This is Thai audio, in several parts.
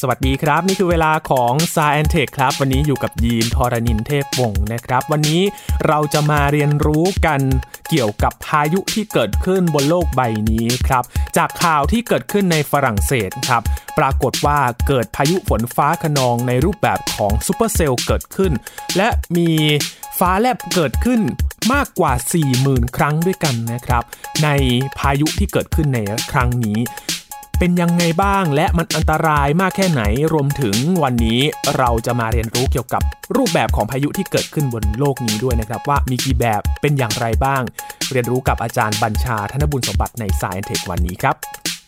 สวัสดีครับนี่คือเวลาของ Science Tech ครับวันนี้อยู่กับยีนทรณินเทพวงศ์นะครับวันนี้เราจะมาเรียนรู้กันเกี่ยวกับพายุที่เกิดขึ้นบนโลกใบนี้ครับจากข่าวที่เกิดขึ้นในฝรั่งเศสครับปรากฏว่าเกิดพายุฝนฟ้าคะนองในรูปแบบของซูเปอร์เซลล์เกิดขึ้นและมีฟ้าแลบเกิดขึ้นมากกว่า 40,000 ครั้งด้วยกันนะครับในพายุที่เกิดขึ้นในครั้งนี้เป็นยังไงบ้างและมันอันตรายมากแค่ไหนรวมถึงวันนี้เราจะมาเรียนรู้เกี่ยวกับรูปแบบของพายุที่เกิดขึ้นบนโลกนี้ด้วยนะครับว่ามีกี่แบบเป็นอย่างไรบ้างเรียนรู้กับอาจารย์บัญชาธนบุญสมบัติใน Science Tech วันนี้ครับ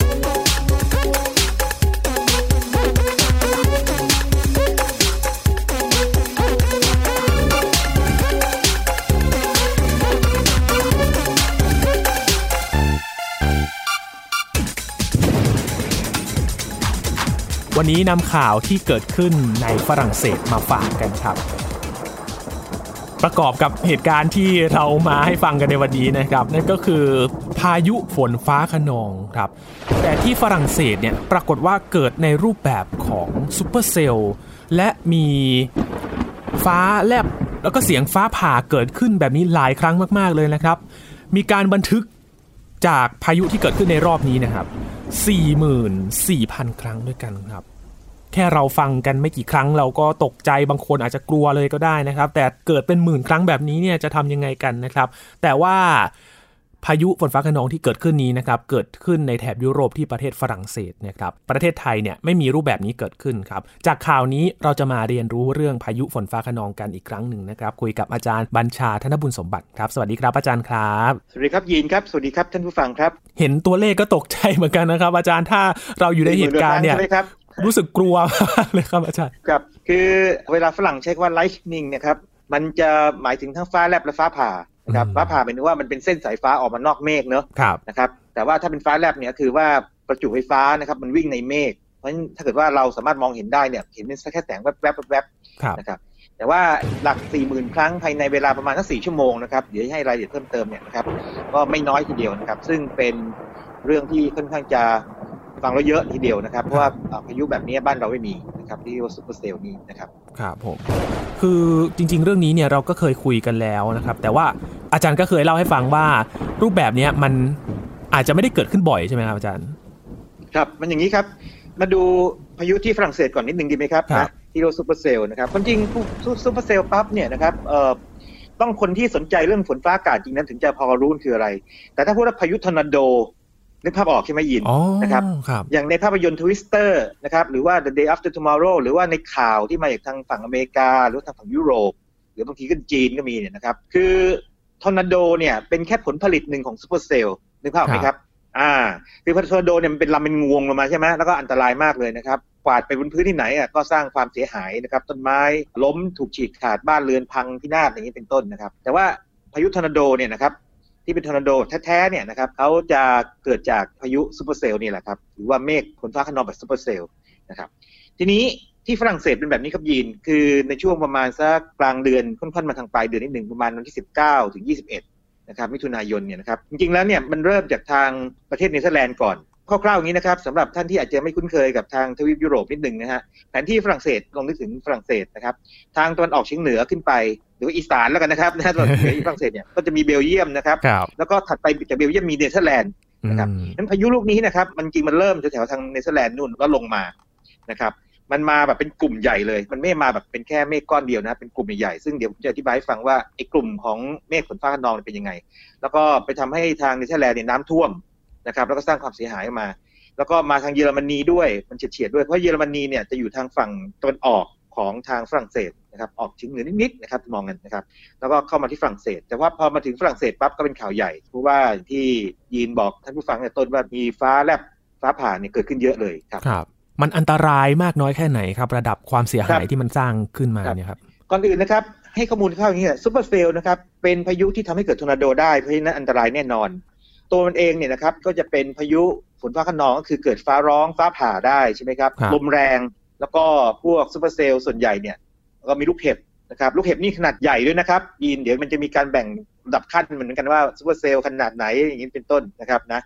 วันนี้นำข่าวที่เกิดขึ้นในฝรั่งเศสมาฝากกันครับประกอบกับเหตุการณ์ที่เรามาให้ฟังกันในวันนี้นะครับนั่นก็คือพายุฝนฟ้าคะนองครับแต่ที่ฝรั่งเศสเนี่ยปรากฏว่าเกิดในรูปแบบของซูเปอร์เซลล์และมีฟ้าแลบแล้วก็เสียงฟ้าผ่าเกิดขึ้นแบบนี้หลายครั้งมากๆเลยนะครับมีการบันทึกจากพายุที่เกิดขึ้นในรอบนี้นะครับ44,000 ครั้งด้วยกันครับแค่เราฟังกันไม่กี่ครั้งเราก็ตกใจบางคนอาจจะกลัวเลยก็ได้นะครับแต่เกิดเป็นหมื่นครั้งแบบนี้เนี่ยจะทำยังไงกันนะครับแต่ว่าพายุฝนฟ้าคะนองที่เกิดขึ้นนี้นะครับเกิดขึ้นในแถบยุโรปที่ประเทศฝรั่งเศสนะครับประเทศไทยเนี่ยไม่มีรูปแบบนี้เกิดขึ้นครับจากข่าวนี้เราจะมาเรียนรู้เรื่องพายุฝนฟ้าคะนองกันอีกครั้งหนึ่งนะครับคุยกับอาจารย์บัญชาธนบุญสมบัติครับสวัสดีครับอาจารย์ครับสวัสดีครับยีนครับสวัสดีครับท่านผู้ฟังครับเห็นตัวเลขก็ตกใจเหมือนกันนะครับอาจารย์ถ้าเราอยู่ในเหตุการณ์เนี่ยรู้สึกกลัวมากเลยครับอาจารย์ครับคือเวลาฝรั่งใช้คำว่า lightning เนี่ยครับมันจะหมายถึงทั้งฟ้าแลบและฟ้าผ่านะครับฟ้าผ่าหมายถึงว่ามันเป็นเส้นสายฟ้าออกมานอกเมฆเนอะนะครับแต่ว่าถ้าเป็นฟ้าแลบเนี่ยคือว่าประจุไฟฟ้านะครับมันวิ่งในเมฆเพราะฉะนั้นถ้าเกิดว่าเราสามารถมองเห็นได้เนี่ยเห็นเป็นแค่แสงแวบๆนะครับแต่ว่าหลัก 40,000 ครั้งภายในเวลาประมาณสัก4ชั่วโมงนะครับเดี๋ยวให้รายละเอียดเพิ่มเติมเนี่ยนะครับก็ไม่น้อยทีเดียวนะครับซึ่งเป็นเรื่องที่ค่อนข้างจะฟังแล้วเยอะทีเดียวนะครับเพราะว่าพายุแบบนี้บ้านเราไม่มีนะครับที่เรียกว่าซูเปอร์เซลล์นี้นะครับครับผมคือจริงๆเรื่องนี้เนี่ยเราก็เคยคุยกันแล้วนะครับแต่ว่าอาจารย์ก็เคยเล่าให้ฟังว่ารูปแบบนี้มันอาจจะไม่ได้เกิดขึ้นบ่อยใช่ไหมครับอาจารย์ครับมันอย่างนี้ครับมาดูพายุที่ฝรั่งเศสก่อนนิดนึงดีไหมครับนะที่เรียกว่าซูเปอร์เซลล์นะครับความจริงซูเปอร์เซลล์ปั๊บเนี่ยนะครับต้องคนที่สนใจเรื่องฝนฟ้าอากาศจริงนั้นถึงจะพอรู้คืออะไรแต่ถ้าพูดว่าพายุทอร์นาโดนึกภาพออกใช่ไหมยินนะครับอย่างในภาพยนตร์ Twister นะครับหรือว่า The Day After Tomorrow หรือว่าในข่าวที่มาจากทางฝั่งอเมริกาหรือทางฝั่งยุโรปหรือบางทีก็จีนก็มีเนี่ยนะครับคือทอร์นาโดเนี่ยเป็นแค่ผลผลิตหนึ่งของซูเปอร์เซลล์นึกภาพไหมครับคือทอร์นาโดเนี่ยมันเป็นลำเป็นงวงลงมาใช่ไหมแล้วก็อันตรายมากเลยนะครับกวาดไปบนพื้นที่ไหนก็สร้างความเสียหายนะครับต้นไม้ล้มถูกฉีกขาดบ้านเรือนพังพินาศอย่างนี้เป็นต้นนะครับแต่ว่าพายุทอร์นาโดเนี่ยนะครับที่เป็นทอร์นาโดแท้ๆเนี่ยนะครับเขาจะเกิดจากพายุซูเปอร์เซลล์นี่แหละครับหรือว่าเมฆฝนฟ้าคะนองแบบซูเปอร์เซลล์นะครับทีนี้ที่ฝรั่งเศสเป็นแบบนี้ครับยีนคือในช่วงประมาณสักกลางเดือนค่อนๆมาทางปลายเดือนนิดหนึ่งประมาณวันที่19ถึง21นะครับมิถุนายนเนี่ยนะครับจริงๆแล้วเนี่ยมันเริ่มจากทางประเทศเนเธอร์แลนด์ก่อนคร่าวๆอย่างนี้นะครับสำหรับท่านที่อาจจะไม่คุ้นเคยกับทางทวีปยุโรปนิดนึงนะฮะแผนที่ฝรั่งเศสลองนึกถึงฝรั่งเศสนะครับทางตะวันออกเฉียงเหนือขึ้นไปหรืออีสานแล้วกันนะครับตะวันออกเฉียงเหนือฝรั่งเศสเนี่ยก็จะมีเบลเยียมนะครับแล้วก็ถัดไปจากเบลเยียมมีเนเธอร์แลนด์นะครับนั้นพายุลูกนี้นะครับมันจริงมันเริ่มแถวๆทางเนเธอร์แลนด์นู่นก็ลงมานะครับมันมาแบบเป็นกลุ่มใหญ่เลยมันไม่มาแบบเป็นแค่เมฆก้อนเดียวนะเป็นกลุ่มใหญ่ๆซึ่งเดี๋ยวผมจะอธิบายให้ฟังว่าไอ้กลุ่มของเมฆฝนฟ้าคะนองเป็นยังไงแล้วก็ไปทำให้ทางเนเธอร์แลนด์เนี่ยน้ำท่วมนะครับแล้วก็สร้างความเสียหายมาแล้วก็มาทางเยอรมนีด้วยมันเฉียดๆด้วยเพราะเยอรมนีเนี่ยจะอยู่ทางฝั่งตะวันออกของทางฝรั่งเศสนะครับออกเฉียงเหนือนิดๆนะครับมองกันนะครับแล้วก็เข้ามาที่ฝรั่งเศสแต่ว่าพอมาถึงฝรั่งเศสปั๊บก็เป็นข่าวใหญ่เพราะว่าที่ยีนบอกท่านผู้ฟังในต้นว่ามีฟ้าแลบฟ้าผ่าเนี่ยเกิดขึ้นเยอะเลยครับมันอันตรายมากน้อยแค่ไหนครับระดับความเสียหายที่มันสร้างขึ้นมาเนี่ยครับก่อนอื่นนะครับให้ข้อมูลเข้าอย่างนี้ซูเปอร์เซลล์นะครับเป็นพายุที่ทำให้เกิดทอร์นาโดได้เพราะฉะนั้นอันตรายแน่นอนตัวมันเองเนี่ยนะครับก็จะเป็นพายุฝนฟ้าคะนองก็คือเกิดฟ้าร้องฟ้าผ่าได้ใช่ไหมครับลมแรงแล้วก็พวกซูเปอร์เซลล์ส่วนใหญ่เนี่ยก็มีลูกเห็บนะครับลูกเห็บนี่ขนาดใหญ่ด้วยนะครับยีนเดี๋ยวมันจะมีการแบ่งระดับขั้นเหมือนกันว่าซูเปอร์เซลล์ขนาดไหนอย่างนี้เป็นต้นนะครับนะ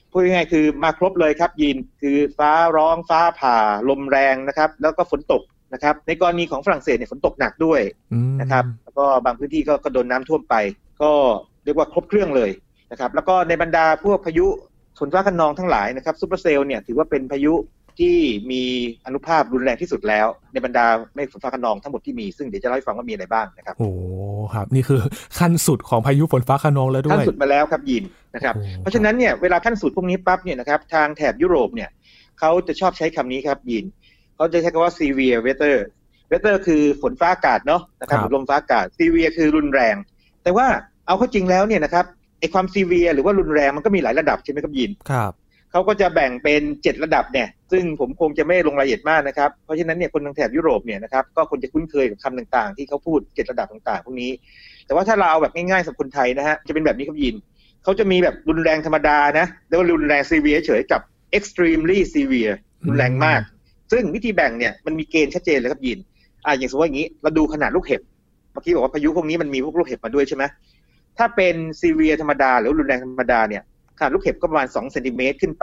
พูดง่ายๆคือมาครบเลยครับยินคือฟ้าร้องฟ้าผ่าลมแรงนะครับแล้วก็ฝนตกนะครับในกรณีของฝรั่งเศสเนี่ยฝนตกหนักด้วยนะครับแล้วก็บางพื้นที่ก็โดนน้ำท่วมไปก็เรียกว่าครบเครื่องเลยนะครับแล้วก็ในบรรดาพวกพายุฝนฟ้าคะนองทั้งหลายนะครับซูเปอร์เซลล์เนี่ยถือว่าเป็นพายุที่มีอานุภาพรุนแรงที่สุดแล้วในบรรดาเมฆฝนฟ้าคะนองทั้งหมดที่มีซึ่งเดี๋ยวจะเล่าให้ฟังว่ามีอะไรบ้างนะครับโอ้ครับนี่คือขั้นสุดของพายุฝนฟ้าคะนองแล้วด้วยขั้นสุดมาแล้วครับยินนะครับเพราะฉะนั้นเนี่ยเวลาขั้นสุดพวกนี้ปั๊บเนี่ยนะครับทางแถบยุโรปเนี่ยเขาจะชอบใช้คำนี้ครับยินเขาจะใช้คำว่า severe weather คือฝนฟ้าอากาศเนาะนะครับลมฟ้าอากาศ severe คือรุนแรงแต่ว่าเอาเข้าจริงแล้วเนี่ยนะครับไอ้ความ severe หรือว่ารุนแรงมันก็มีหลายระดับใช่ไหมครับยินครับเขาก็จะแบ่งเป็น7ระดับเนี่ยซึ่งผมคงจะไม่ลงรายละเอียดมากนะครับเพราะฉะนั้นเนี่ยคนทางแถบยุโรปเนี่ยนะครับก็ควรจะคุ้นเคยกับคำต่างๆที่เขาพูด7ระดับต่างๆพวกนี้แต่ว่าถ้าเราเอาแบบง่ายๆสำหรับคนไทยนะฮะจะเป็นแบบนี้ครับยินเขาจะมีแบบรุนแรงธรรมดานะแล้วก็รุนแรง severe เฉยกับ extremely severe รุนแรงมากซึ่งวิธีแบ่งเนี่ยมันมีเกณฑ์ชัดเจนเลยครับยินอย่างสมมติว่าอย่างนี้เราดูขนาดลูกเห็บเมื่อกี้บอกว่าพายุพวกนี้มันมีพวกลูกเห็บมาด้วยใช่ไหมถ้าเป็น severe ธรรมดาหรือรุนแรงธรรมดาเนี่ยขนาดลูกเห็บก็ประมาณ2 เซนติเมตรขึ้นไป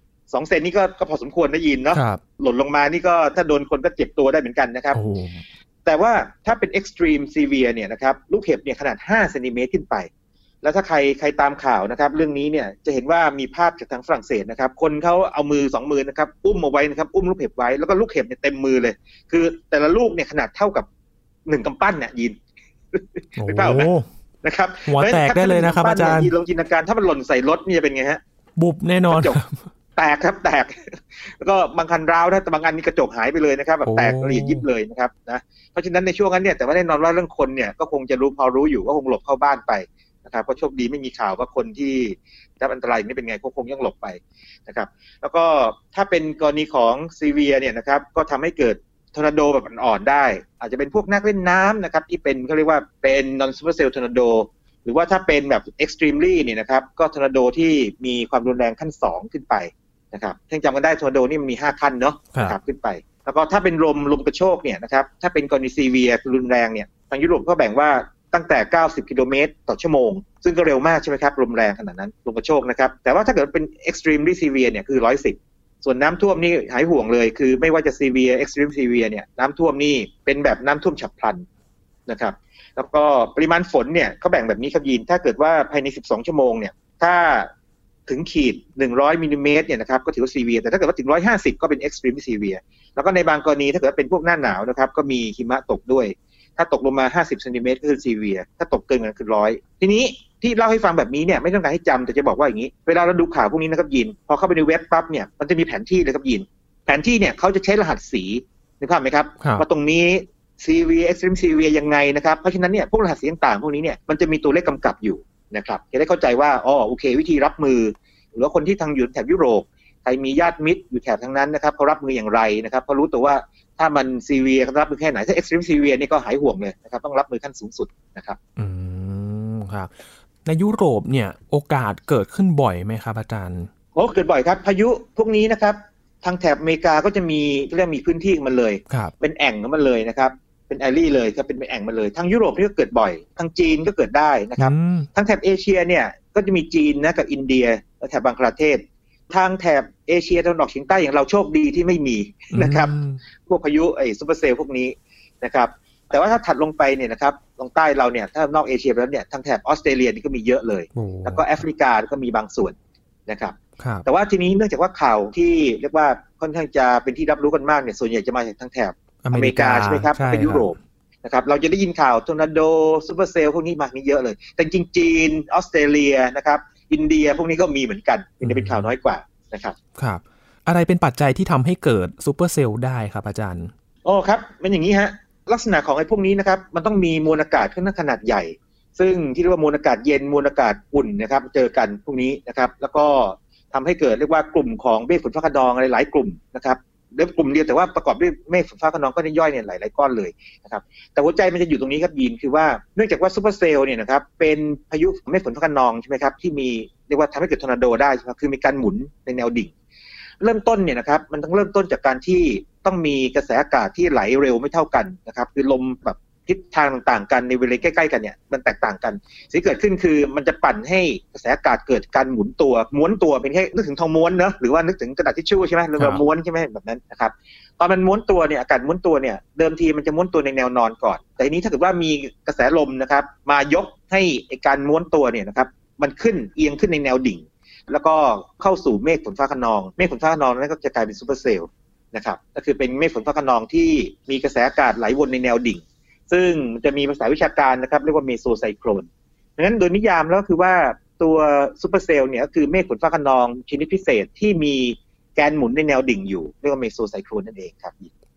2 เซนนี่ก็พอสมควรนะยินเนาะหล่นลงมานี่ก็ถ้าโดนคนก็เจ็บตัวได้เหมือนกันนะครับแต่ว่าถ้าเป็น extreme severe เนี่ยนะครับลูกเห็บเนี่ยขนาด5 เซนติเมตรขึ้นไปแล้วถ้าใครตามข่าวนะครับเรื่องนี้เนี่ยจะเห็นว่ามีภาพจากทางฝรั่งเศสนะครับคนเขาเอามือ2 มือนะครับอุ้มเอาไว้นะครับอุ้มลูกเห็บไว้แล้วก็ลูกเห็บเนี่ยเต็มมือเลยคือแต่ละลูกเนี่ยขนาดเท่ากับ1 กำปั้นเนี่ยยินไม่เปล่าไหมนะครับหัวแตกได้เลยนะครับอาจารย์ลองจินตนาการถ้ามันหล่นใส่รถนี่จะเป็นไงฮะบุบแน่นอนแตกครับแตกแล้วก็บางคันร้าวถ้าบางอันนี่กระจกหายไปเลยนะครับแบบแตกละเอียดยิบเลยนะครับนะเพราะฉะนั้นในช่วงนั้นเนี่ยแต่ว่าแน่นอนว่าเรื่องคนเนี่ยก็คงจะพอรู้อยู่ก็คงหลบเข้าบ้านไปนะครับเพราะโชคดีไม่มีข่าวว่าคนที่รับอันตรายนี่เป็นไงคงยังหลบไปนะครับแล้วก็ถ้าเป็นกรณีของซีเวียเนี่ยนะครับก็ทำให้เกิดทอร์นาโดแบบอ่อนๆได้อาจจะเป็นพวกนักเล่นน้ำนะครับที่เป็นเขาเรียกว่าเป็น non supercell tornado หรือว่าถ้าเป็นแบบ extremely เนี่ยนะครับก็ทอร์นาโดที่มีความรุนแรงขั้น2ขึ้นไปนะครับถ้าจำกันได้ทอร์นาโดนี่มันมี5ขั้นเนาะครับขึ้นไปแล้วก็ถ้าเป็นลมกระโชกเนี่ยนะครับถ้าเป็นกรณีซีเวียรุนแรงเนี่ยทางยุโรปก็แบ่งว่าตั้งแต่90 กิโลเมตรต่อชั่วโมงซึ่งก็เร็วมากใช่ไหมครับลมแรงขนาดนั้นลมกระโชกนะครับแต่ว่าถ้าเกิดเป็น extremely severe เนี่ยคือ110ส่วนน้ำท่วมนี่หายห่วงเลยคือไม่ว่าจะ severe extreme severe เนี่ยน้ำท่วมนี่เป็นแบบน้ำท่วมฉับพลันนะครับแล้วก็ปริมาณฝนเนี่ยเขาแบ่งแบบนี้ครับยินถ้าเกิดว่าภายใน12 ชั่วโมงเนี่ยถ้าถึงขีด100 มิลลิเมตรเนี่ยนะครับก็ถือว่า severe แต่ถ้าเกิดว่าถึง150ก็เป็น extreme severe แล้วก็ในบางกรณีถ้าเกิดเป็นพวกหน้าหนาวนะครับก็มีหิมะตกด้วยถ้าตกลงมา50 เซนติเมตรก็คือ severe ถ้าตกเกินกันคือ100ทีนี้ที่เล่าให้ฟังแบบนี้เนี่ยไม่ต้องการให้จำแต่จะบอกว่าอย่างนี้เวลาเราดูข่าวพวกนี้นะครับยินพอเข้าไปในเว็บปั๊บเนี่ยมันจะมีแผนที่เลยครับยินแผนที่เนี่ยเขาจะใช้รหัสสีนึกภาพไหมครับว่าตรงนี้ severe extreme severe ยังไงนะครับเพราะฉะนั้นเนี่ยพวกรหัสสีต่างๆพวกนี้เนี่ยมันจะมีตัวเลขกำกับอยู่นะครับจะได้เข้าใจว่าโอเควิธีรับมือหรือว่าคนที่ทางอยู่แถบยุโรปใครมีญาติมิตรอยู่แถบทางนั้นนะครับเขารับมืออย่างไรนะครับเขารู้ตัวว่าถ้ามันซีเวียเขารับมือแค่ไหนถ้าเอ็กซ์ตรีมซีเวียนี่ก็หายห่วงเลยนะครับต้องรับมือขั้นสูงสุดนะครับครับในยุโรปเนี่ยโอกาสเกิดขึ้นบ่อยไหมครับอาจารย์เกิดบ่อยครับพายุพวกนี้นะครับทางแถบอเมริกาก็จะมีเรียกมีพื้นที่มันเลยเป็นแอ่งมันเลยนะครับเป็นแอลลี่เลยครับเป็นแอ่งมันเลยทางยุโรปนี่ก็เกิดบ่อยทางจีนก็เกิดได้นะครับทางแถบเอเชียเนี่ยก็จะมีจีนนะกับอินเดียและแถบบังคลาเทศทางแถบเอเชียตะวันออกเฉียงใต้อย่างเราโชคดีที่ไม่มีนะครับพวกพายุซูเปอร์เซลล์พวกนี้นะครับแต่ว่าถ้าถัดลงไปเนี่ยนะครับลงใต้เราเนี่ยถ้านอกเอเชียไปแล้วเนี่ยทางแถบออสเตรเลียนี่ก็มีเยอะเลยแล้วก็แอฟริกาก็มีบางส่วนนะครับแต่ว่าทีนี้เนื่องจากว่าข่าวที่เรียกว่าค่อนข้างจะเป็นที่รับรู้กันมากเนี่ยส่วนใหญ่จะมาจากทางแถบอเมริกาใช่ไหมครับเป็นยุโรปนะครับเราจะได้ยินข่าวทอร์นาโดซูเปอร์เซลล์พวกนี้มาเยอะเลยแต่จริงจีนออสเตรเลียนะครับอินเดียพวกนี้ก็มีเหมือนกันเป็นข่าวน้อยกว่านะครับครับอะไรเป็นปัจจัยที่ทำให้เกิดซูเปอร์เซลล์ได้ครับอาจารย์ครับเป็นอย่างนี้ฮะลักษณะของไอ้พวกนี้นะครับมันต้องมีมวลอากาศขนาดใหญ่ซึ่งที่เรียกว่ามวลอากาศเย็นมวลอากาศอุ่นนะครับเจอกันพวกนี้นะครับแล้วก็ทำให้เกิดเรียกว่ากลุ่มของเมฆฝนฟ้าคะนองหลายกลุ่มนะครับเริ่มกลุ่มเดียวแต่ว่าประกอบด้วยเมฆฝนฟ้าคะนองก็ย่อยเนี่ยหลายก้อนเลยนะครับแต่หัวใจมันจะอยู่ตรงนี้ครับยินคือว่าเนื่องจากว่าซูเปอร์เซลล์เนี่ยนะครับเป็นพายุเมฆฝนฟ้าคะนองใช่ไหมครับที่มีเรียกว่าทำให้เกิดทอร์นาโดได้ใช่ไหมคือมีการหมุนในแนวดิ่งเริ่มต้นเนี่ยนะครับมันต้องเริ่มต้นจากการที่ต้องมีกระแสอากาศที่ไหลเร็วไม่เท่ากันนะครับคือลมแบบทิศทางต่างๆกันในเวลาใกล้ๆกันเนี่ยมันแตกต่างกันสิ่งที่เกิดขึ้นคือมันจะปั่นให้กระแสอากาศเกิดการหมุนตัวม้วนตัวเป็นแค่นึกถึงทองม้วนเนอะหรือว่านึกถึงกระดาษทิชชู่ใช่ไหมเราม้วนใช่ไหมแบบนั้นนะครับตอนมันม้วนตัวเนี่ยอากาศม้วนตัวเนี่ยเดิมทีมันจะม้วนตัวในแนวนอนก่อนแต่ทีนี้ถ้าเกิดว่ามีกระแสลมนะครับมายกให้การม้วนตัวเนี่ยนะครับมันขึ้นเอียงขึ้นในแนวดิ่งแล้วก็เข้าสู่เมฆฝนฟ้าคะนองเมฆฝนฟ้าคะนองนั้นก็จะกลายเป็นซูเปอร์เซลล์นะครับก็คือเป็นเมฆฝนฟ้าคะนองที่มีกระแสอากาศไหลวนในแนวดิ่งซึ่งจะมีภาษาวิชาการนะครับเรียกว่าเมโซไซโคลนดังนั้นโดยนิยามแล้วคือว่าตัวซูเปอร์เซลล์เนี่ยก็คือเมฆฝนฟ้าคะนองชนิดพิเศษที่มีแกนหมุนในแนวดิ่งอยู่เรียกว่าเมโซไซโคลนนั่นเองครับ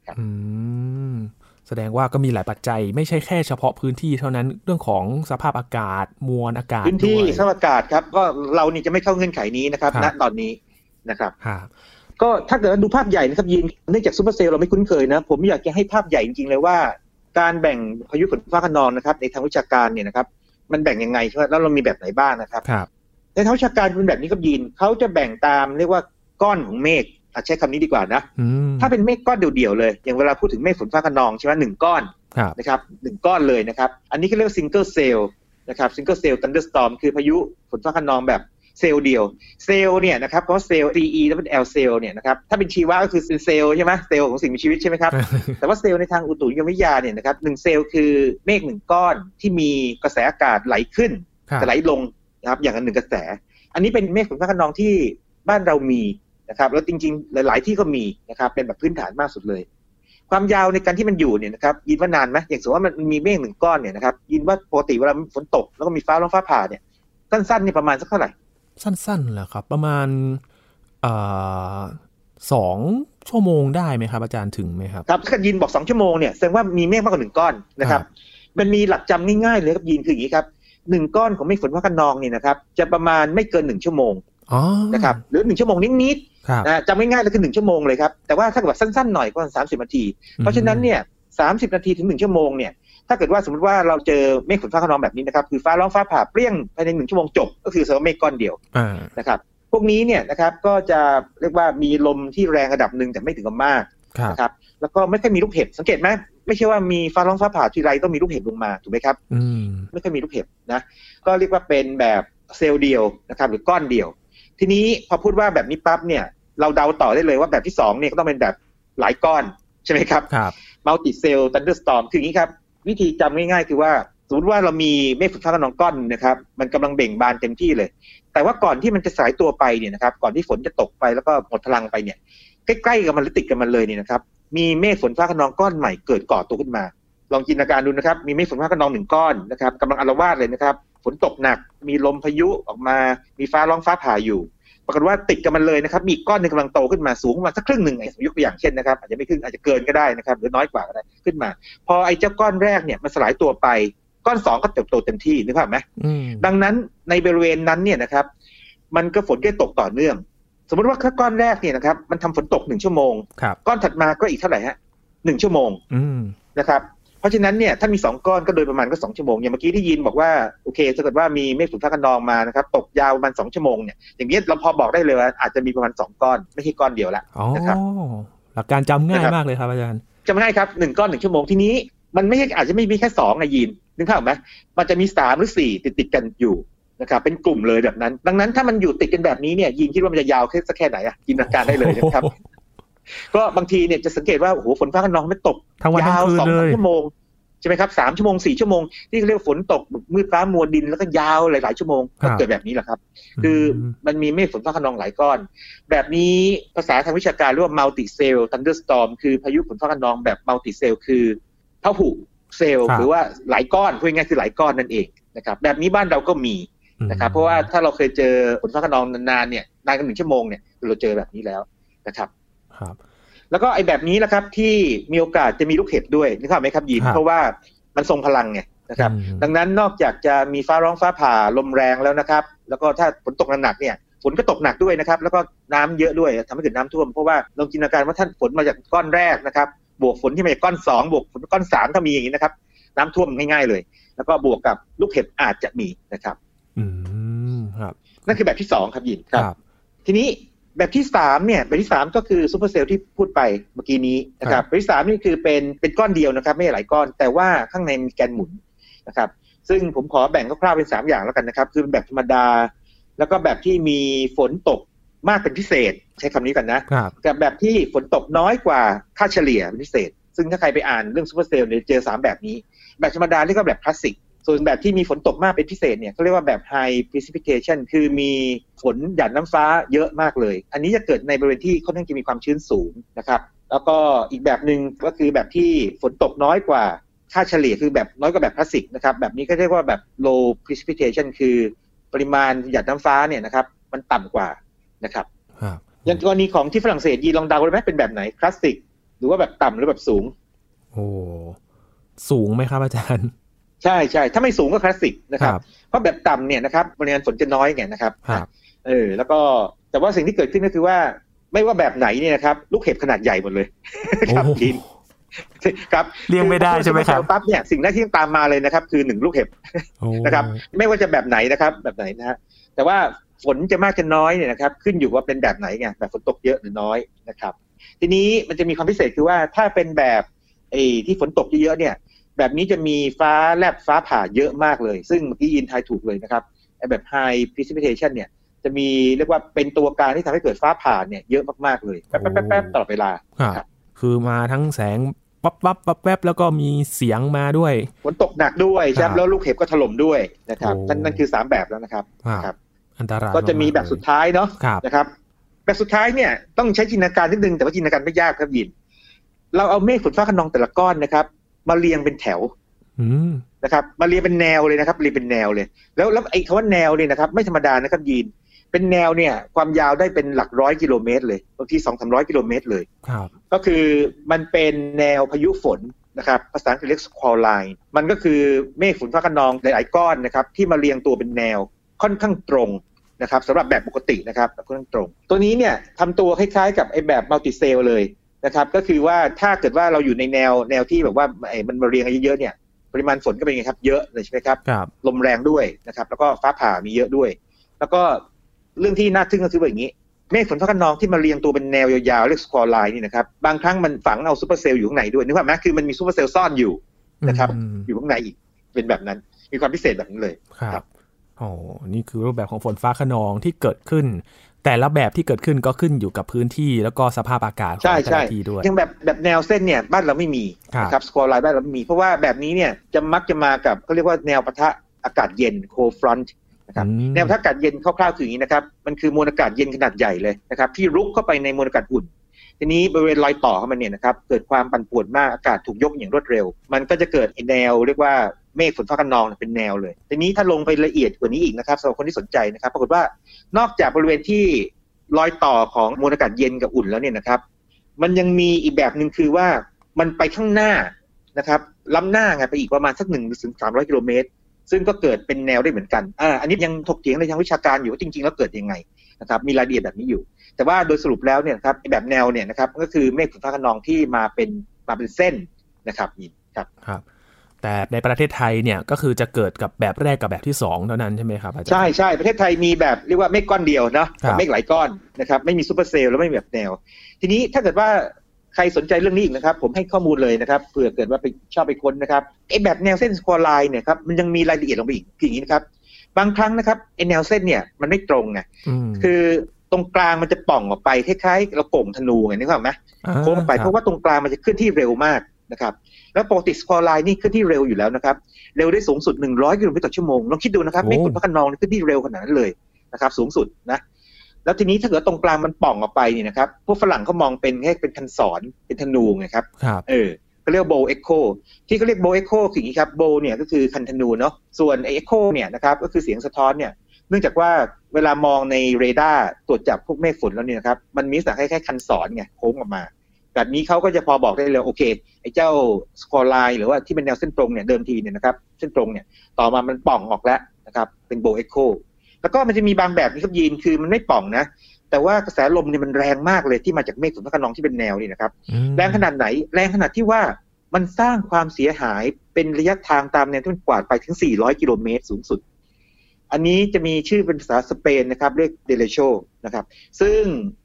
แสดงว่าก็มีหลายปัจจัยไม่ใช่แค่เฉพาะพื้นที่เท่านั้นเรื่องของสภาพอากาศมวลอากาศพื้นที่สภาพอากาศครับก็เรานี่จะไม่เข้าเงื่อนไขนี้นะครับณตอนนี้นะครับก็ถ้าเกิดดูภาพใหญ่นะครับยินเนื่องจากซูเปอร์เซลล์เราไม่คุ้นเคยนะผมอยากจะให้ภาพใหญ่จริงๆเลยว่าการแบ่งพายุฝนฟ้าคะนองนะครับในทางวิชาการเนี่ยนะครับมันแบ่งยังไงแล้วเรามีแบบไหนบ้างนะครับในทางวิชาการเป็นแบบนี้ครับยินเขาจะแบ่งตามเรียกว่าก้อนของเมฆใช้คำนี้ดีกว่านะถ้าเป็นเมฆก้อนเดี่ยวๆเลยอย่างเวลาพูดถึงเมฆฝนฟ้าคะนองใช่ไหม1ก้อนนะครับ1ก้อนเลยนะครับอันนี้เขาเรียกว่าซิงเกิลเซลล์นะครับซิงเกิลเซลล์ทันเดอร์สตอร์มคือพายุฝนฟ้าคะนองแบบเซลล์เดียวเซลล์เนี่ยนะครับเพราะเซลล์ CE แล้วเป็น L เซลล์เนี่ยนะครับถ้าเป็นชีวะก็คือเซลล์ใช่ไหมเซลล์ของสิ่งมีชีวิตใช่ไหมครับ แต่ว่าเซลล์ในทางอุตุนิยมวิทยาเนี่ยนะครับ1เซลล์คือเมฆ1ก้อนที่มีกระแสอากาศไหลขึ้นกับไหลลงนะครับอย่างละ1กระแสอันนี้เป็นเมฆฝนฟ้าคะนองที่บ้านเรามีนะครับแล้วจริงๆหลายๆที่ก็มีนะครับเป็นแบบพื้นฐานมากสุดเลยความยาวในการที่มันอยู่เนี่ยนะครับยินว่านานไหมอย่างสมมติว่ามันมีเมฆ1ก้อนเนี่ยนะครับยินว่าปกติเวลาฝนตกแล้วก็มีฟ้าร้องฟ้าผ่าเนี่ยสั้นๆนี่ประมาณสักเท่าไหร่สั้นๆเหรอครับประมาณ2 ชั่วโมงได้ไหมครับอาจารย์ถึงไหมครับครับถ้ายินบอก2ชั่วโมงเนี่ยแสดงว่ามีเมฆมากกว่า1ก้อนนะครับมันมีหลักจำง่ายๆเลยครับยินคืออย่างนี้ครับ1ก้อนของเมฆฝนฟ้าคะนองเนี่ยนะครับจะประมาณไม่เกิน1ชั่วโมงนะครับหรือ1ชั่วโมงนิดๆนะจำง่ายๆเลยคือ1ชั่วโมงเลยครับแต่ว่าถ้าเกิดแบบสั้นๆหน่อยก็30นาทีเพราะฉะนั้นเนี่ย30นาทีถึง1ชั่วโมงเนี่ยถ้าเกิดว่าสมมติว่าเราเจอเมฆฝนฟ้าคะนองแบบนี้นะครับคือฟ้าร้องฟ้าผ่าเปรี้ยงภายใน1ชั่วโมงจบก็คือแสดงว่าเมฆก้อนเดียวนะครับพวกนี้เนี่ยนะครับก็จะเรียกว่ามีลมที่แรงระดับหนึ่งแต่ไม่ถึงกับมากนะครับแล้วก็ไม่ค่อยมีลูกเห็บสังเกตไหมไม่ใช่ว่ามีฟ้าร้องฟ้าผ่าทีไรต้องมีลูกเห็บลงมาถูกไหมครับไม่ค่อยมีลูกเห็บนะก็เรียกว่าเป็นแบบเซลล์เดียวนะครับหรือก้อนเดียวทีนี้พอพูดว่าแบบนี้ปั๊บเนี่ยเราเดาต่อได้เลยว่าแบบที่2เนี่ยก็ต้องเป็นแบบหลายก้อนใช่ไหมครับมัลติเซลล์ทันเดอร์สตอร์มคืออย่างนี้ครับวิธีจำง่ายๆคือว่าสมมติว่าเรามีเมฆฝนฟ้าคะนองก้อนนะครับมันกำลังเบ่งบานเต็มที่เลยแต่ว่าก่อนที่มันจะสลายตัวไปเนี่ยนะครับก่อนที่ฝนจะตกไปแล้วก็หมดพลังไปเนี่ยใกล้ๆกับมันหรือติดกับมันเลยเนี่ยนะครับมีเมฆฝนฟ้าคะนองก้อนใหม่เกิดก่อตัวขึ้นมาลองจินตนาการดูนะครับมีเมฆฝนฟ้าคะนอง1ก้อนนะครับกำลังอาละวาดเลยนะครับฝนตกหนักมีลมพายุออกมามีฟ้าร้องฟ้าผ่าอยู่ปรากฏว่าติดกับมันเลยนะครับมีก้อนนึงกำลังโตขึ้นมาสูงประมาณสักครึ่งนึงยกตัวอย่างเช่นนะครับอาจจะไม่ครึ่งอาจจะเกินก็ได้นะครับหรือน้อยกว่าก็ได้ขึ้นมาพอไอ้เจ้าก้อนแรกเนี่ยมันสลายตัวไปก้อน2ก็เติบโตเต็มที่นึกภาพไหมดังนั้นในบริเวณนั้นเนี่ยนะครับมันก็ฝนก็ตกต่อเนื่องสมมติว่าก้อนแรกเนี่ยนะครับมันทำฝนตก1ชั่วโมงก้อนถัดมาก็อีกเท่าไหร่ฮะ1ชั่วโมงนะครับเพราะฉะนั้นเนี่ยถ้ามี2ก้อนก็โดยประมาณก็2ชั่วโมงอย่างเมื่อกี้ที่ยินบอกว่าโอเคถ้าเกิดว่ามีเมฆฝนฟ้าคะนองมานะครับตกยาวประมาณ2ชั่วโมงเนี่ยอย่างนี้เราพอบอกได้เลยว่าอาจจะมีประมาณ2ก้อนไม่ใช่ก้อนเดียวละนะครับหลักการจำง่ายมากเลยครับอาจารย์จำง่ายครับ1ก้อน1ชั่วโมงทีนี้มันไม่ใช่อาจจะไม่มีแค่2ไงยินนึกภาพไหมมันจะมี3หรือ4ติดกันอยู่นะครับเป็นกลุ่มเลยแบบนั้นดังนั้นถ้ามันอยู่ติดกันแบบนี้เนี่ยยินคิดว่ามันจะยาวแค่ไหนอ่ะจินตนาการได้เลยนะครับก็บางทีเนี่ยจะสังเกตว่าโอ้โหฝนฟ้าคะนองไม่ตกยาว 2-3 ชั่วโมงใช่ไหมครับ3ชั่วโมง4ชั่วโมงที่เรียกว่าฝนตกมืดฟ้ามัวดินแล้วก็ยาวหลายๆชั่วโมงก็เกิดแบบนี้แหละครับคือมันมีเมฆฝนฟ้าคะนองหลายก้อนแบบนี้ภาษาทางวิชาการเรียกว่า multi cell thunderstorm คือพายุฝนฟ้าคะนองแบบ multi cell คือพหุเซลล์หรือว่าหลายก้อนพูดง่ายๆคือหลายก้อนนั่นเองนะครับแบบนี้บ้านเราก็มีนะครับเพราะว่าถ้าเราเคยเจอฝนฟ้าคะนองนานๆเนี่ยนานกัน1ชั่วโมงเนี่ยเราเจอแบบนี้แล้วนะครับแล้วก็ไอ้แบบนี้นะครับที่มีโอกาสจะมีลูกเห็บด้วยนึกภาพไหมครับยินเพราะว่ามันทรงพลังไงนะครับดังนั้นนอกจากจะมีฟ้าร้องฟ้าผ่าลมแรงแล้วนะครับแล้วก็ถ้าฝนตกหนักเนี่ยฝนก็ตกหนักด้วยนะครับแล้วก็น้ำเยอะด้วยทำให้เกิดน้ำท่วมเพราะว่าลองจินตนาการว่าท่านฝนมาจากก้อนแรกนะครับบวกฝนที่มาจากก้อน2บวกฝนก้อน3ถ้ามีอย่างนี้นะครับน้ำท่วมง่ายๆเลยแล้วก็บวกกับลูกเห็บอาจจะมีนะครับครับนั่นคือแบบที่2ครับยินครับทีนี้แบบที่3เนี่ยแบบที่3ก็คือซูเปอร์เซลล์ที่พูดไปเมื่อกี้นี้นะครับแบบที่3นี่คือเป็นก้อนเดียวนะครับไม่ใช่หลายก้อนแต่ว่าข้างในมีแกนหมุนนะครับซึ่งผมขอแบ่งคร่าวๆเป็น3อย่างแล้วกันนะครับคือแบบธรรมดาแล้วก็แบบที่มีฝนตกมากเป็นพิเศษใช้คำนี้กันนะกับแบบที่ฝนตกน้อยกว่าค่าเฉลี่ยเป็นพิเศษซึ่งถ้าใครไปอ่านเรื่องซูเปอร์เซลล์เนี่ยเจอ3แบบนี้แบบธรรมดาเรียกว่าแบบคลาสสิกส่วนแบบที่มีฝนตกมากเป็นพิเศษเนี่ยเขาเรียกว่าแบบ high precipitation คือมีฝนหยาดน้ำฟ้าเยอะมากเลยอันนี้จะเกิดในบริเวณที่ค่อนข้างจะมีความชื้นสูงนะครับแล้วก็อีกแบบนึงก็คือแบบที่ฝนตกน้อยกว่าค่าเฉลี่ยคือแบบน้อยกว่าแบบคลาสสิกนะครับแบบนี้ก็เรียกว่าแบบ low precipitation คือปริมาณหยาดน้ำฟ้าเนี่ยนะครับมันต่ำกว่านะครับอย่างกรณีของที่ฝรั่งเศสยีลองเดาได้ไหมเป็นแบบไหนคลาสสิกหรือว่าแบบต่ำหรือแบบสูงโอ้สูงไหมครับอาจารย์ใช่ใช่ถ้าไม่สูงก็คลาสสิกนะครับเพราะแบบต่ำเนี่ยนะครับปริมาณฝนจะน้อยไงนะครับแล้วก็แต่ว่าสิ่งที่เกิดขึ้นก็คือว่าไม่ว่าแบบไหนเนี่ยนะครับลูกเห็บขนาดใหญ่หมดเลยครับยินครับเลี้ยงไม่ได้ใช่ไหมครับปั๊บเนี่ยสิ่งแรกที่ตามมาเลยนะครับคือ1ลูกเห็บนะครับไม่ว่าจะแบบไหนนะครับแบบไหนนะฮะแต่ว่าฝนจะมากจะน้อยเนี่ยนะครับขึ้นอยู่ว่าเป็นแบบไหนไงแบบฝนตกเยอะหรือน้อยนะครับทีนี้มันจะมีความพิเศษคือว่าถ้าเป็นแบบที่ฝนตกเยอะๆเนี่ยแบบนี้จะมีฟ้าแลบฟ้าผ่าเยอะมากเลยซึ่งเมื่อกี้ยินทายถูกเลยนะครับแบบ high precipitation เนี่ยจะมีเรียกว่าเป็นตัวการที่ทำให้เกิดฟ้าผ่าเนี่ยเยอะมากๆเลยแป๊บๆตลอดเวลาคือมาทั้งแสงวับแล้วก็มีเสียงมาด้วยฝนตกหนักด้วยใช่ไหมแล้วลูกเห็บก็ถล่มด้วยนะครับนั่นคือ3แบบแล้วนะครับอันตรายก็จะมีแบบสุดท้ายเนาะนะครับแบบสุดท้ายเนี่ยต้องใช้จินตนาการนิดนึงแต่ว่าจินตนาการไม่ยากครับยินเราเอาเมฆฝนฟ้าคะนองแต่ละก้อนนะครับมาเรียงเป็นแถวนะครับมาเรียงเป็นแนวเลยนะครับเรียงเป็นแนวเลยแล้วไอ้คำว่าแนวเนี่ยนะครับไม่ธรรมดานะครับยินเป็นแนวเนี่ยความยาวได้เป็นหลักร้อยกิโลเมตรเลยบางที 200-300 กิโลเมตรเลยก็คือมันเป็นแนวพายุฝนนะครับภาษาอังกฤษเรียก squall line มันก็คือเมฆฝนฟ้าคะนองหลายๆก้อนนะครับที่มาเรียงตัวเป็นแนวค่อนข้างตรงนะครับสำหรับแบบปกตินะครับค่อนข้างตรงตัวนี้เนี่ยทำตัวคล้ายๆกับไอ้แบบมัลติเซลเลยนะครับก็คือว่าถ้าเกิดว่าเราอยู่ในแนวที่แบบว่ามันมาเรียงกันเยอะๆเนี่ยปริมาณฝนก็เป็นไงครับเยอะเลยใช่ไหมครับลมแรงด้วยนะครับแล้วก็ฟ้าผ่ามีเยอะด้วยแล้วก็เรื่องที่น่าทึ่งก็คือแบบนี้เมฆฝนฟ้าคะนองที่มาเรียงตัวเป็นแนวยาวๆเรียกสควอร์ไลน์นี่นะครับบางครั้งมันฝังเอาซูเปอร์เซลล์อยู่ข้างในด้วยนึกว่าไหมคือมันมีซูเปอร์เซลล์ซ่อนอยู่นะครับอยู่ข้างในอีกเป็นแบบนั้นมีความพิเศษแบบนั้นเลยครับอ๋อนี่คือรูปแบบของฝนฟ้าคะนองที่เกิดขึ้นแต่ละแบบที่เกิดขึ้นก็ขึ้นอยู่กับพื้นที่แล้วก็สภาพอากาศของแต่ละที่ด้วยยังแบบแนวเส้นเนี่ยบ้านเราไม่มีนะครับสควอร์ไลน์บ้านเราไม่มีเพราะว่าแบบนี้เนี่ยจะมักจะมากับเขาเรียกว่าแนวปะทะอากาศเย็นโคฟรอนต์นะครับแนวปะทะอากาศเย็นคร่าวๆคืออย่างนี้นะครับมันคือมวลอากาศเย็นขนาดใหญ่เลยนะครับที่รุกเข้าไปในมวลอากาศอุ่นทีนี้บริเวณรอยต่อของมันเนี่ยนะครับเกิดความปั่นป่วนมากอากาศถูกยกอย่างรวดเร็วมันก็จะเกิดแนวเรียกว่าเมฆฝนฟ้าคะนองเป็นแนวเลยทีนี้ถ้าลงไปละเอียดกว่านี้อีกนะครับสำหรับคนที่สนใจนะครับปรากฏว่านอกจากบริเวณที่รอยต่อของมวลอากาศเย็นกับอุ่นแล้วเนี่ยนะครับมันยังมีอีกแบบนึงคือว่ามันไปข้างหน้านะครับล้ำหน้าไงไปอีกประมาณสัก1-300 กิโลเมตรซึ่งก็เกิดเป็นแนวได้เหมือนกันอันนี้ยังถกเถียงในทางวิชาการอยู่ว่าจริงๆแล้วเกิดยังไงนะครับมีรายละเอียดแบบนี้อยู่แต่ว่าโดยสรุปแล้วเนี่ยครับแบบแนวเนี่ยนะครับก็คือเมฆฝนฟ้าคะนองที่มาเป็นเส้นนะครับนี่ครับแต่ในประเทศไทยเนี่ยก็คือจะเกิดกับแบบแรกกับแบบที่2เท่านั้นใช่ไหมครับอาจารย์ใช่ประเทศไทยมีแบบเรียกว่าเมฆก้อนเดียวนะเมฆหลายก้อนนะครับไม่มีซูเปอร์เซลล์แล้วไม่มีแบบแนวทีนี้ถ้าเกิดว่าใครสนใจเรื่องนี้อีกนะครับผมให้ข้อมูลเลยนะครับเผื่อเกิดว่าไปชอบไปค้นนะครับไอ้แบบแนวเส้นสควอร์ไลน์เนี่ยครับมันยังมีรายละเอียดลงไปอีกอย่างนี้นะครับบางครั้งนะครับไอ้แนวเส้นเนี่ยมันไม่ตรงไงคือตรงกลางมันจะป่องออกไปคล้ายๆเราโก่งธนูไงนึกออกไหมโค้งไปเพราะว่าตรงกลางมันจะเคลื่อนที่เร็วมากนะครับแล้วปกติสควอร์ไลน์นี่เคลื่อนที่เร็วอยู่แล้วนะครับเร็วได้สูงสุด100 กิโลเมตรต่อชั่วโมงลองคิดดูนะครับเมฆฝนฟ้าคะนองเคลื่อนที่เร็วขนาดนั้นเลยนะครับสูงสุดนะแล้วทีนี้ถ้าเกิดตรงกลางมันป่องออกไปเนี่ยนะครับพวกฝรั่งเขามองเป็นแค่เป็นคันศรเป็นธนูไงครับเขาเรียกโบว์เอ็กโคที่เขาเรียกโบว์เอ็กโคคืออย่างนี้ครับโบว์เนี่ยก็คือคันธนูเนาะส่วนเอ็กโคเนี่ยนะครับก็คือเสียงสะท้อนเนี่ยเนื่องจากว่าเวลามองในเรดาร์ตรวจจับพวกเมฆฝนแล้วเนี่ยนะครับมันมีลักษณะคล้ายๆคันศรไงโค้งออกมาแบบนี้เขาก็จะพอบอกได้เลยโอเคไอ้เจ้าสควอร์ไลน์หรือว่าที่เป็นแนวเส้นตรงเนี่ยเดิมทีเนี่ยนะครับเส้นตรงเนี่ยต่อมามันป่องออกแล้วนะครับเป็นโบว์เอ็กโคแล้วก็มันจะมีบางแบบนี่ครับยีนคือมันไม่ป่องนะแต่ว่ากระแสลมเนี่ยมันแรงมากเลยที่มาจากเมฆฝนฟ้าคะนองที่เป็นแนวนี่นะครับแรงขนาดไหนแรงขนาดที่ว่ามันสร้างความเสียหายเป็นระยะทางตามแนวที่มันกวาดไปถึง400 กิโลเมตรสูงสุดอันนี้จะมีชื่อเป็นภาษาสเปนนะครับเรียกเดเลโชนะครับซึ่ง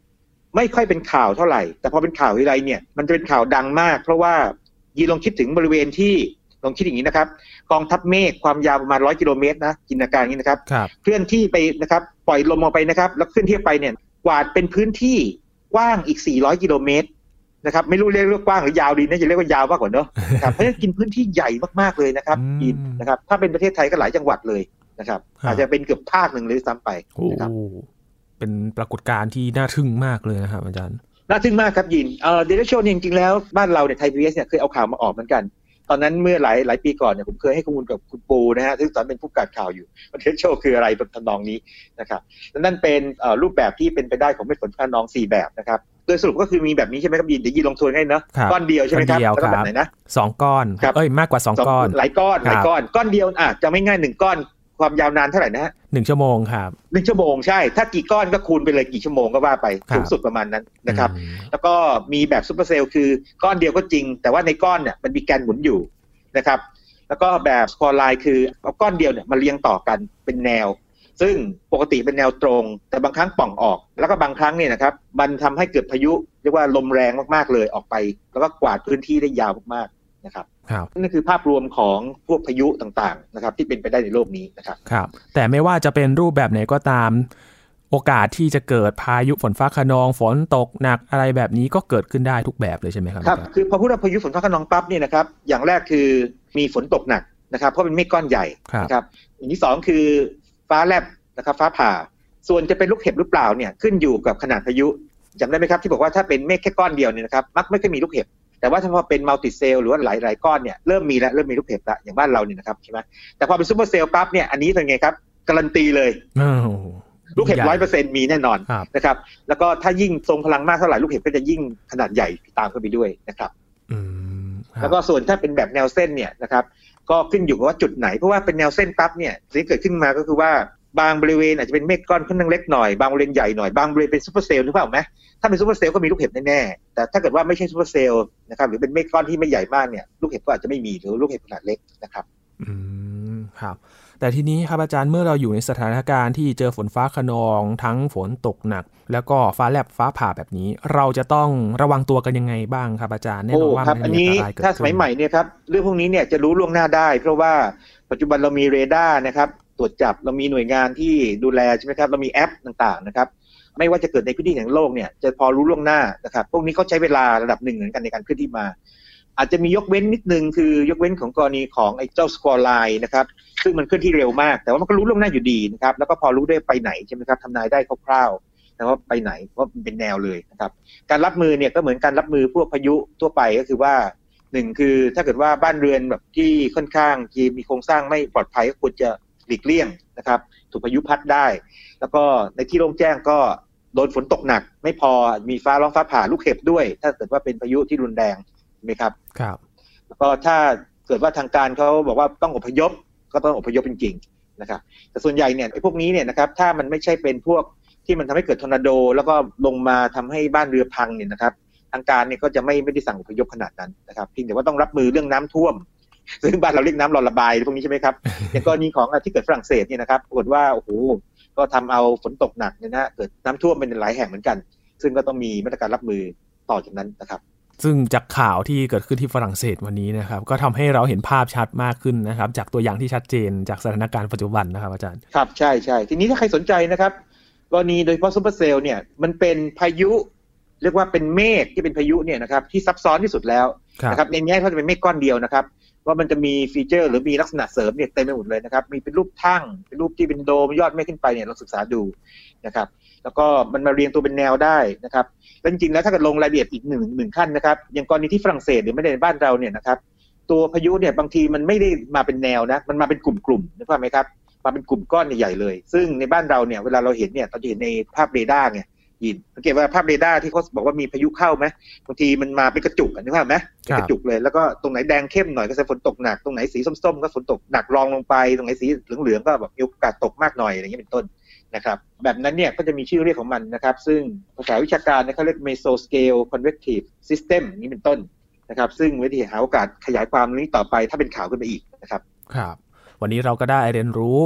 ไม่ค่อยเป็นข่าวเท่าไหร่แต่พอเป็นข่าวทีไรเนี่ยมันจะเป็นข่าวดังมากเพราะว่ายีลองคิดถึงบริเวณที่ลองคิดอย่างนี้นะครับกองทัพเมฆความยาวประมาณ100 กิโลเมตรนะจินตนาการอย่างนี้นะครับเคลื่อนที่ไปนะครับปล่อยลมออกไปนะครับแล้วเคลื่อนที่ไปเนี่ยกวาดเป็นพื้นที่กว้างอีก400 กิโลเมตรนะครับไม่รู้เรียกกว้างหรือยาวดีนะจะเรียกว่ายาวมากกว่าเนอะนะครับเพราะฉะนั้นกินพื้นที่ใหญ่มากๆเลยนะครับกินนะครับถ้าเป็นประเทศไทยก็หลายจังหวัดเลยนะครับอาจจะเป็นเกือบภาคหนึ่งเลยซ้ำไปนะครับเป็นปรากฏการณ์ที่น่าทึ่งมากเลยนะครับอาจารย์น่าทึ่งมากครับยินเดลิโชเนี่ยจริงๆแล้วบ้านเราเนี่ยไทย PBS เนี่ยเคยเอาข่าวมาออกเหมือนกันตอนนั้นเมื่อหลายปีก่อนเนี่ยผมเคยให้ข้อมูลกับคุณปูนะฮะซึ่งตอนเป็นผู้ประกาศข่าวอยู่เดลิโชคืออะไรทำนองนี้นะครับนั่นเป็นรูปแบบที่เป็นไปได้ของเม็ดฝนฟ้าคะนอง4แบบนะครับโดยสรุปก็คือมีแบบนี้ใช่ไหมครับยินเดี๋ยวยินลงทวนให้เนาะก้อนเดียวใช่ไหมครับแล้วก็แบบไหนนะ 2ก้อนมากกว่า2ก้อนหลายก้อนก้อนเดียวจะไม่ง่าย1ก้อนความยาวนานเท่าไหร่นะฮะ 1 ชั่วโมงครับ 1 ชั่วโมงใช่ถ้ากี่ก้อนก็คูณไปเลยกี่ชั่วโมงก็ว่าไปสูงสุดประมาณนั้นนะครับแล้วก็มีแบบซุปเปอร์เซลล์คือก้อนเดียวก็จริงแต่ว่าในก้อนเนี่ยมันมีแกนหมุนอยู่นะครับแล้วก็แบบสควอร์ไลน์คือเอาก้อนเดียวเนี่ยมาเรียงต่อกันเป็นแนวซึ่งปกติเป็นแนวตรงแต่บางครั้งป่องออกแล้วก็บางครั้งเนี่ยนะครับมันทำให้เกิดพายุเรียกว่าลมแรงมากๆเลยออกไปแล้วก็กวาดพื้นที่ได้ยาวมากๆนะครับนั่นคือภาพรวมของพวกพายุต่างๆนะครับที่เป็นไปได้ในโลกนี้นะครับครับแต่ไม่ว่าจะเป็นรูปแบบไหนก็ตามโอกาสที่จะเกิดพายุฝนฟ้าคะนองฝนตกหนักอะไรแบบนี้ก็เกิดขึ้นได้ทุกแบบเลยใช่ไหมครับครับคือพอพูดว่าพายุฝนฟ้าคะนองปั๊บเนี่ยนะครับอย่างแรกคือมีฝนตกหนักนะครับเพราะเป็นเมฆก้อนใหญ่นะครับอย่างที่2คือฟ้าแลบนะครับฟ้าผ่าส่วนจะเป็นลูกเห็บหรือเปล่าเนี่ยขึ้นอยู่กับขนาดพายุจำได้ไหมครับที่บอกว่าถ้าเป็นเมฆแค่ก้อนเดียวเนี่ยนะครับมักไม่ค่อยมีลูกเห็บแต่ว่าถ้าพอเป็นมัลติเซลหรือว่าหลายก้อนเนี่ยเริ่มมีลูกเห็บละอย่างบ้านเราเนี่ยนะครับใช่ไหมแต่พอเป็นซูเปอร์เซลปั๊บเนี่ยอันนี้เป็นไงครับการันตีเลยลูกเห็บ 100% มีแน่นอนนะครับแล้วก็ถ้ายิ่งทรงพลังมากเท่าไหร่ลูกเห็บก็จะยิ่งขนาดใหญ่ตามเข้าไปด้วยนะครับแล้วก็ส่วนถ้าเป็นแบบแนวเส้นเนี่ยนะครับก็ขึ้นอยู่กับว่าจุดไหนเพราะว่าเป็นแนวเส้นปั๊บเนี่ยสิ่งที่เกิดขึ้นมาก็คือว่าบางบริเวณอาจจะเป็นเมฆก้อนค่อนข้างเล็กหน่อยบางบริเวณใหญ่หน่อยบางบริเวณเป็นซูเปอร์เซลล์หรือเปล่าไหมถ้าเป็นซูเปอร์เซลล์ก็มีลูกเห็บแน่ๆแต่ถ้าเกิดว่าไม่ใช่ซูเปอร์เซลล์นะครับหรือเป็นเมฆก้อนที่ไม่ใหญ่มากเนี่ยลูกเห็บก็อาจจะไม่มีหรือลูกเห็บขนาดเล็กนะครับครับแต่ทีนี้ครับอาจารย์เมื่อเราอยู่ในสถานการณ์ที่เจอฝนฟ้าคะนองทั้งฝนตกหนักแล้วก็ฟ้าแลบฟ้าผ่าแบบนี้เราจะต้องระวังตัวกันยังไงบ้างครับอาจารย์แน่นอนว่ามันมีอันตรายเกิดขึ้นถ้าสมัยใหม่เนี่ยครับเรื่องพวกนี้เนี่ยจะรู้ล่วงหน้าได้เพราะว่าปัจจุบันเรามีเรดาร์นะครับตรวจจับเรามีหน่วยงานที่ดูแลใช่ไหมครับเรามีแอปต่างๆนะครับไม่ว่าจะเกิดในพื้นที่ของโลกเนี่ยจะพอรู้ล่วงหน้านะครับพวกนี้เขาใช้เวลาระดับหนึ่งเหมือนกันในการเคลื่อนที่มาอาจจะมียกเว้นนิดนึงคือยกเว้นของกรณีของไอ้เจ้าสควอร์ไลน์นะครับซึ่งมันเคลื่อนที่เร็วมากแต่ว่ามันก็รู้ล่วงหน้าอยู่ดีนะครับแล้วก็พอรู้ได้ไปไหนใช่ไหมครับทำนายได้คร่าวๆแต่ว่าไปไหนเพราะมันเป็นแนวเลยนะครับการรับมือเนี่ยก็เหมือนการรับมือพวกพายุทั่วไปก็คือว่า1คือถ้าเกิดว่าบ้านเรือนแบบที่ค่อนข้างที่มีโครงสร้างไม่ปลอดภัยก็ควรจะหลีกเลี่ยงนะครับถูกพายุพัดได้แล้วก็ในที่โล่งแจ้งก็โดนฝนตกหนักไม่พอมีฟ้าร้องฟ้าผ่าลูกเห็บด้วยถ้าเกิดว่าเป็นพายุที่รุนแรงใช่ไหมครับครับแล้วก็ถ้าเกิดว่าทางการเขาบอกว่าต้องอพยพก็ต้องอพยพจริงๆนะครับแต่ส่วนใหญ่เนี่ยไอ้พวกนี้เนี่ยนะครับถ้ามันไม่ใช่เป็นพวกที่มันทำให้เกิดทอร์นาโดแล้วก็ลงมาทำให้บ้านเรือพังเนี่ยนะครับทางการเนี่ยก็จะไม่ได้สั่งอพยพขนาดนั้นนะครับเพียงแต่ว่าต้องรับมือเรื่องน้ำท่วมซึ่งบ้านเราเรียกน้ำรอระบายพวกนี้ใช่ไหมครับอย่างกรณีของที่เกิดฝรั่งเศสเนี่ยนะครับปรากฏว่าโอ้โหก็ทำเอาฝนตกหนักเนี่ยนะเกิดน้ำท่วมเป็นหลายแห่งเหมือนกันซึ่งก็ต้องมีมาตรการรับมือต่อจากนั้นนะครับซึ่งจากข่าวที่เกิดขึ้นที่ฝรั่งเศสวันนี้นะครับก็ทำให้เราเห็นภาพชัดมากขึ้นนะครับจากตัวอย่างที่ชัดเจนจากสถานการณ์ปัจจุบันนะครับอาจารย์ครับใช่ใช่ทีนี้ถ้าใครสนใจนะครับกรณีโดยเฉพาะซูเปอร์เซลล์เนี่ยมันเป็นพายุเรียกว่าเป็นเมฆที่เป็นพายุเนี่ยนะครับที่ซับซ้อนที่สุดแล้วนะครับในแง่เขาจะเป็นเมฆก้อนเดียวนะครับว่ามันจะมีฟีเจอร์หรือมีลักษณะเสริมเนี่ยเต็มไปหมดเลยนะครับมีเป็นรูปทั่งเป็นรูปที่เป็นโดมยอดเมฆขึ้นไปเนี่ยเราศึกษาดูนะครับแล้วก็มันมาเรียงตัวเป็นแนวได้นะครับแล้วจริงๆแล้วถ้าเกิดลงรายละเอียดอีกหนึ่งขั้นนะครับอย่างกรณีที่ฝรั่งเศสหรือไม่ได้ในบ้านเราเนี่ยนะครับตัวพายุเนี่ยบางทีมันไม่ได้มาเป็นแนวนะมันมาเป็นกลุ่มๆนึกภาพไหมครับมาเป็นกลุ่มก้อนใหญ่ๆเลยซึ่งในบ้านเราเนี่ยเวลาเราเห็นเนี่ยเราจะเห็นในภาพเรดาร์ไงยินสังเกตว่าภาพเรดาร์ที่เขาบอกว่ามีพายุเข้าไหมบางทีมันมาเป็นกระจุกนึกภาพไหมเป็นกระจุกเลยแล้วก็ตรงไหนแดงเข้มหน่อยก็จะฝนตกหนักตรงไหนสีส้มๆก็ฝนตกหนักรองลงไปตรงไหนสีเหลืองๆก็แบบมีโอกาสตกมากหน่อยอะไรอย่างนี้เป็นต้นนะครับแบบนั้นเนี่ยก็จะมีชื่อเรียกของมันนะครับซึ่งภาษาวิชาการเขาเรียก Mesoscale Convective System นี้เป็นต้นนะครับซึ่งวิธีหาโอกาสขยายความนี้ต่อไปถ้าเป็นข่าวขึ้นไปอีกนะครับครับวันนี้เราก็ได้เรียนรู้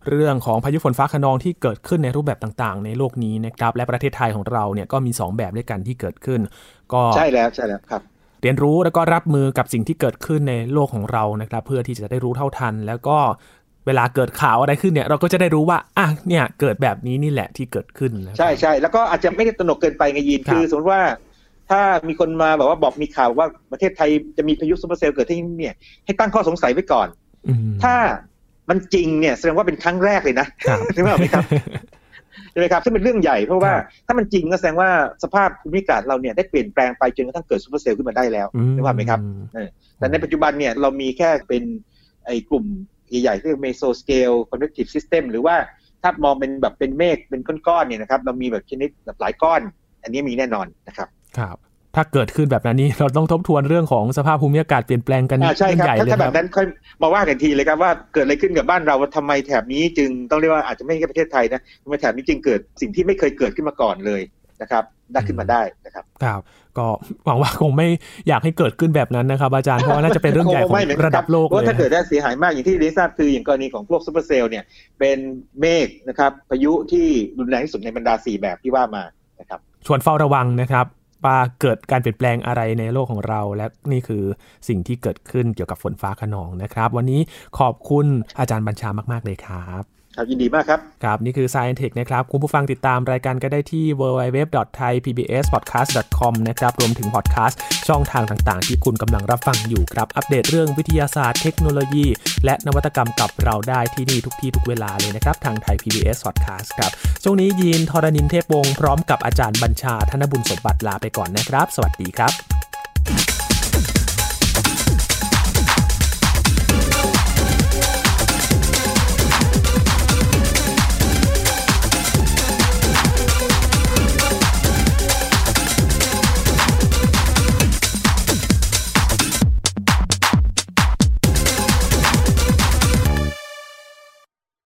เรื่องของพายุฝนฟ้าคะนองที่เกิดขึ้นในรูปแบบต่างๆในโลกนี้นะครับและประเทศไทยของเราเนี่ยก็มี2แบบด้วยกันที่เกิดขึ้นก็ใช่แล้วครับเรียนรู้แล้วก็รับมือกับสิ่งที่เกิดขึ้นในโลกของเรานะครับเพื่อที่จะได้รู้เท่าทันแล้วก็เวลาเกิดข่าวอะไรขึ้นเนี่ยเราก็จะได้รู้ว่าเนี่ยเกิดแบบนี้นี่แหละที่เกิดขึ้นใช่แล้วก็อาจจะไม่ได้ตระหนกเกินไปไงยินคือสมมติว่าถ้ามีคนมาบอกมีข่าวว่าประเทศไทยจะมีพายุซุปเปอร์เซลล์เกิดที่นี่เนี่ยให้ตั้งข้อสงสัยไว้ก่อนถ้ามันจริงเนี่ยแสดงว่าเป็นครั้งแรกเลยนะใช่ไหมครับใช่ไหมครับซึ่งเป็นเรื่องใหญ่เพราะว่าถ้ามันจริงก็แสดงว่าสภาพภูมิอากาศเราเนี่ยได้เปลี่ยนแปลงไปจนกระทั่งเกิดซุปเปอร์เซลล์ขึ้นมาได้แล้วใช่ไหมครับแต่ในปัจจุบันเนี่ยเรามีแค่เป็นไอ้กลุ่มใหญ่ๆที่เรียก Mesoscale Convective System หรือว่าถ้ามองเป็นแบบเป็นเมฆเป็นก้อนๆเนี่ยนะครับเรามีแบบชนิดแบบหลายก้อนอันนี้มีแน่นอนนะครับครับถ้าเกิดขึ้นแบบนั้นนี่เราต้องทบทวนเรื่องของสภาพภูมิอากาศเปลี่ยนแปลงกันใช่ครับถ้าแบบนั้นค่อยมาว่ากันทีเลยครับว่าเกิดอะไรขึ้นกับบ้านเราว่าทำไมแถบนี้จึงต้องเรียกว่าอาจจะไม่ใช่ประเทศไทยนะทำไมแถบนี้จึงเกิดสิ่งที่ไม่เคยเกิดขึ้นมาก่อนเลยนะครับได้ขึ้นมาได้นะครับครับก็หวังว่าคงไม่อยากให้เกิดขึ้นแบบนั้นนะครับอาจารย์เพราะว่าน่าจะเป็นเรื่องใหญ่ของระดับโลกเลยเพราะถ้าเกิดได้เสียหายมากอย่างที่เรียนทราบคืออย่างกรณีของพวกซุปเปอร์เซลล์เนี่ยเป็นเมฆนะครับพายุที่รุนแรงที่สุดในบรรดา4แบบที่ว่ามานะครับชวนเฝ้าระวังนะครับว่าเกิดการเปลี่ยนแปลงอะไรในโลกของเราและนี่คือสิ่งที่เกิดขึ้นเกี่ยวกับฝนฟ้าคะนองนะครับวันนี้ขอบคุณอาจารย์บัญชามากๆเลยครับครับยินดีมากครับครับนี่คือ Science Tech นะครับคุณผู้ฟังติดตามรายการก็ได้ที่ www.thaipbspodcast.com นะครับรวมถึงพอดแคสต์ช่องทางต่างๆที่คุณกำลังรับฟังอยู่ครับอัปเดตเรื่องวิทยาศาสตร์เทคโนโลยีและนวัตกรรมกับเราได้ที่นี่ทุกที่ทุกเวลาเลยนะครับทาง Thai PBS Podcast ครับช่วงนี้ยีนทรณินเทพวงศ์พร้อมกับอาจารย์บัญชาธนบุญสมบัติลาไปก่อนนะครับสวัสดีครับ